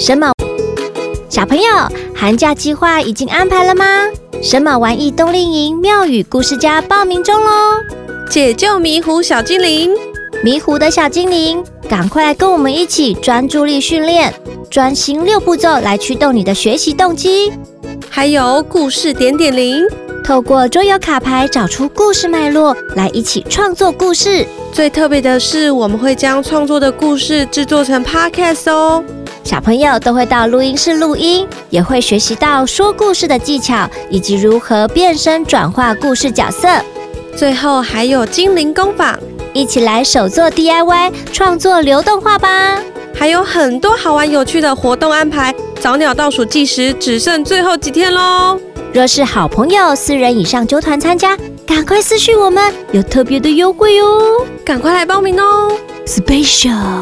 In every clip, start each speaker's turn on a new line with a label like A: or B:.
A: 神马小朋友，寒假计划已经安排了吗？神马玩艺冬令营妙语故事家报名中咯！
B: 解救迷糊小精灵，
A: 迷糊的小精灵，赶快来跟我们一起专注力训练，专心6步骤来驱动你的学习动机。
B: 还有故事点点零，
A: 透过桌游卡牌找出故事脉络，来一起创作故事。
B: 最特别的是，我们会将创作的故事制作成 Podcast 哦。
A: 小朋友都会到录音室录音，也会学习到说故事的技巧，以及如何变身转化故事角色。
B: 最后还有精灵工坊，
A: 一起来手做 DIY， 创作流动画吧！
B: 还有很多好玩有趣的活动安排，早鸟倒数计时只剩最后几天咯。
A: 若是好朋友4人以上揪团参加，赶快私讯我们，有特别的优惠哦！
B: 赶快来报名哦
A: ！Special。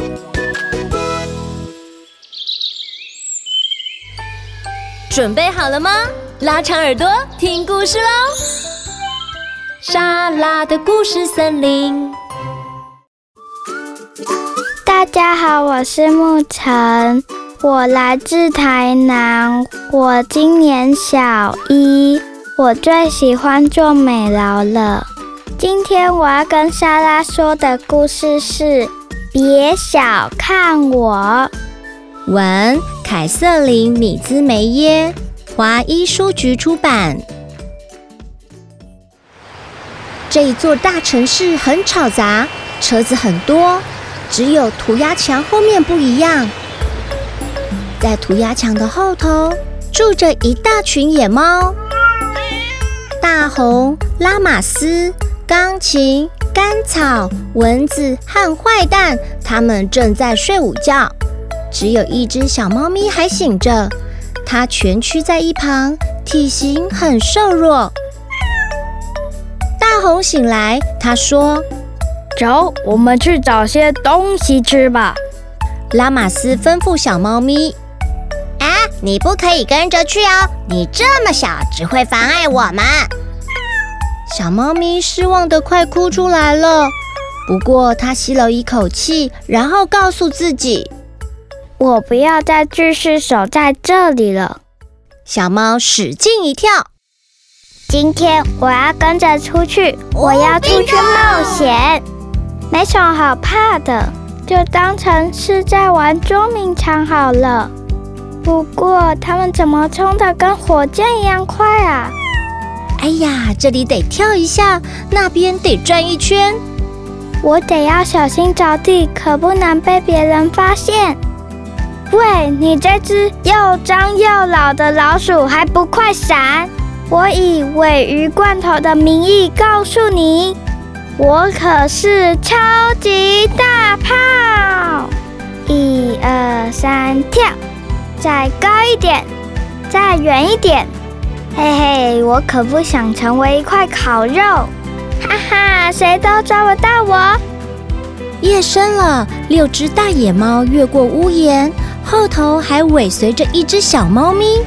A: 准备好了吗？拉长耳朵听故事喽！莎拉的故事森林。
C: 大家好，我是沐晨，我来自台南，我今年小1，我最喜欢做美劳了。今天我要跟莎拉说的故事是别小看我。
A: 文凯瑟琳·米兹梅耶，华一书局出版。这一座大城市很吵杂，车子很多，只有涂鸦墙后面不一样。在涂鸦墙的后头，住着一大群野猫。大红、拉玛斯、钢琴、甘草、蚊子和坏蛋，它们正在睡午觉。只有一只小猫咪还醒着，它蜷曲在一旁，体型很瘦弱。大红醒来，他说：“
C: 走，我们去找些东西吃吧。”
A: 拉玛斯吩咐小猫咪：“
D: 啊，你不可以跟着去哦，你这么小，只会妨碍我们。”
A: 小猫咪失望得快哭出来了。不过它吸了一口气，然后告诉自己：“
C: 我不要再继续守在这里了。”
A: 小猫使劲一跳。
C: 今天我要跟着出去，我要出去冒险。没什么好怕的，就当成是在玩捉迷藏好了。不过他们怎么冲得跟火箭一样快啊？
A: 哎呀，这里得跳一下，那边得转一圈。
C: 我得要小心着地，可不能被别人发现。喂，你这只又脏又老的老鼠，还不快闪！我以鲔鱼罐头的名义告诉你，我可是超级大炮！1、2、3，跳！再高一点，再远一点。嘿嘿，我可不想成为一块烤肉！哈哈，谁都抓不到我！
A: 夜深了，6只大野猫越过屋檐，后头还尾随着一只小猫咪。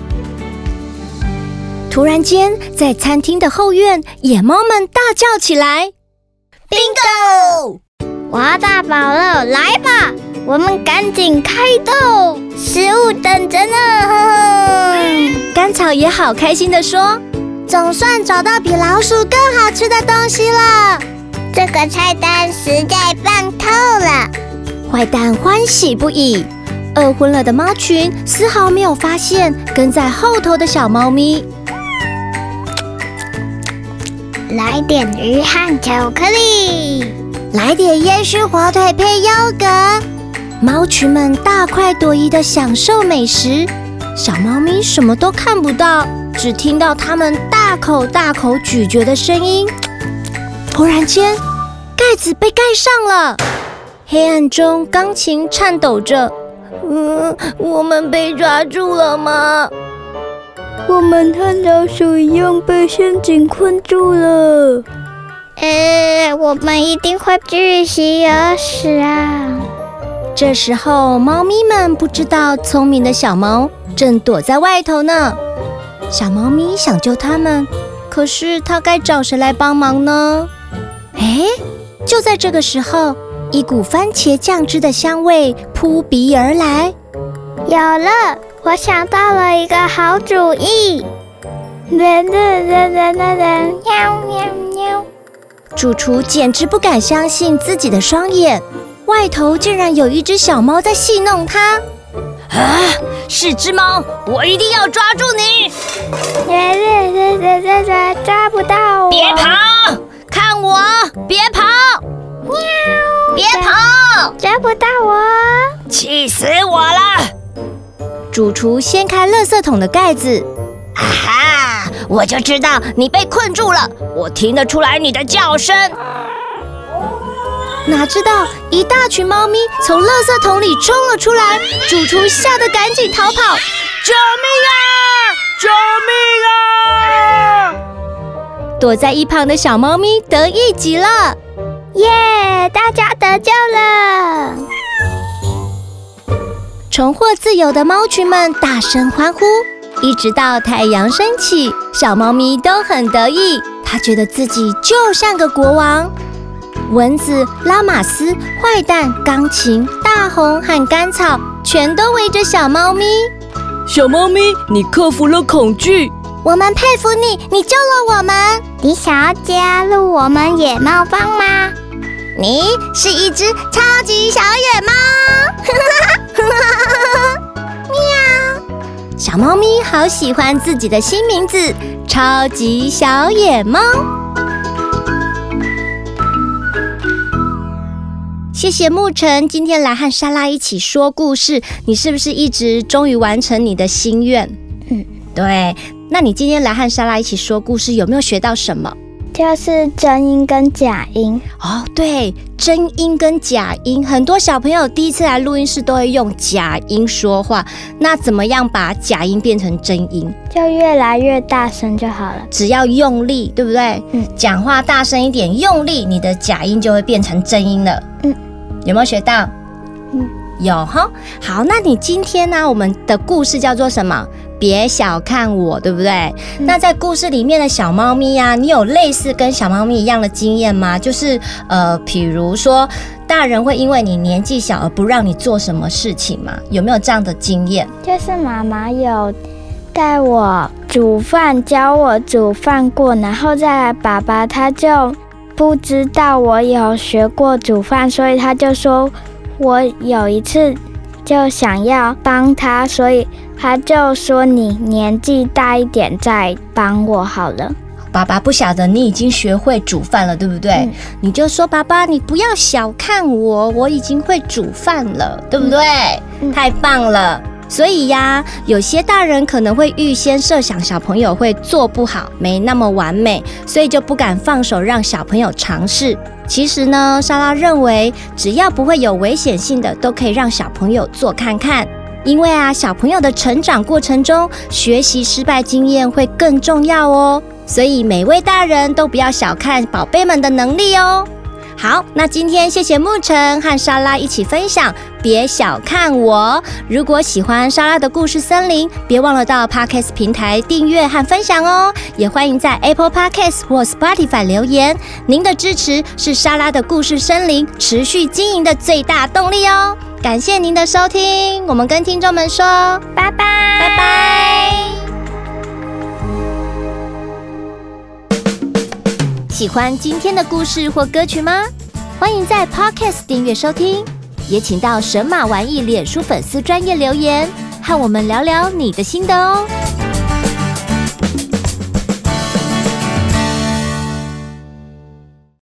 A: 突然间，在餐厅的后院，野猫们大叫起来
D: ：“Bingo！
C: 我要大宝了，来吧，我们赶紧开动，食物等着呢！”
A: 甘草也好开心地说：“
D: 总算找到比老鼠更好吃的东西了，这个菜单实在棒透了。”
A: 坏蛋欢喜不已。饿昏了的猫群丝毫没有发现跟在后头的小猫咪。
C: 来点鱼和巧克力，
D: 来点烟熏火腿配优格。
A: 猫群们大快朵颐地享受美食，小猫咪什么都看不到，只听到它们大口大口咀嚼的声音。突然间，盖子被盖上了，黑暗中钢琴颤抖着。我们被抓住了吗？
C: 我们和老鼠一样被陷阱困住了。我们一定会窒息而死啊！
A: 这时候，猫咪们不知道聪明的小猫正躲在外头呢。小猫咪想救它们，可是它该找谁来帮忙呢？就在这个时候，一股番茄酱汁的香味扑鼻而来。
C: 有了，我想到了一个好主意。喵喵喵！
A: 主厨简直不敢相信自己的双眼，外头竟然有一只小猫在戏弄他。
E: 啊！是只猫，我一定要抓住你！
C: 抓不到我！
E: 别跑！看我！别跑！
C: 喵！
E: 别跑！
C: 抓不到我！
E: 气死我了！
A: 主厨掀开垃圾桶的盖子，
E: 啊哈！我就知道你被困住了，我听得出来你的叫声。
A: 哪知道一大群猫咪从垃圾桶里冲了出来，主厨吓得赶紧逃跑。
E: 救命啊！救命啊！
A: 躲在一旁的小猫咪得意极了，
C: 耶！大家得救了！
A: 重获自由的猫群们大声欢呼，一直到太阳升起，小猫咪都很得意，它觉得自己就像个国王。蚊子、拉玛斯、坏蛋、钢琴、大红和甘草全都围着小猫咪。
E: 小猫咪，你克服了恐惧，
D: 我们佩服你，你救了我们。
C: 你想要加入我们野猫帮吗？
D: 你是一只超级小野猫。
A: 喵！小猫咪好喜欢自己的新名字——超级小野猫。谢谢沐晨今天来和莎拉一起说故事，你是不是一直终于完成你的心愿？对。那你今天来和莎拉一起说故事，有没有学到什么？
C: 就是真音跟假音。
A: 哦，对，真音跟假音，很多小朋友第一次来录音室都会用假音说话。那怎么样把假音变成真音？
C: 就越来越大声就好了。
A: 只要用力，对不对？讲话大声一点，用力，你的假音就会变成真音了。有没有学到？有哈。好，那你今天呢？我们的故事叫做什么？别小看我，对不对？那在故事里面的小猫咪啊，你有类似跟小猫咪一样的经验吗？就是比如说大人会因为你年纪小而不让你做什么事情吗？有没有这样的经验？
C: 就是妈妈有带我煮饭，教我煮饭过，然后再来爸爸他就不知道我有学过煮饭，所以他就说我有一次就想要帮他，所以他就说你年纪大一点再帮我好了。
A: 爸爸不晓得你已经学会煮饭了，对不对？你就说爸爸，你不要小看我，我已经会煮饭了，对不对？太棒了。所以呀，有些大人可能会预先设想小朋友会做不好，没那么完美，所以就不敢放手让小朋友尝试。其实呢，莎拉认为只要不会有危险性的，都可以让小朋友做看看。因为啊，小朋友的成长过程中，学习失败经验会更重要哦。所以每位大人都不要小看宝贝们的能力哦。好，那今天谢谢沐晨和莎拉一起分享别小看我。如果喜欢莎拉的故事森林，别忘了到 Podcast 平台订阅和分享哦。也欢迎在 Apple Podcast 或 Spotify 留言，您的支持是莎拉的故事森林持续经营的最大动力哦。感谢您的收听，我们跟听众们说
C: 拜拜，
A: 拜拜。喜欢今天的故事或歌曲吗？欢迎在 Podcast 订阅收听，也请到神马玩意脸书粉丝专页留言，和我们聊聊你的心得哦。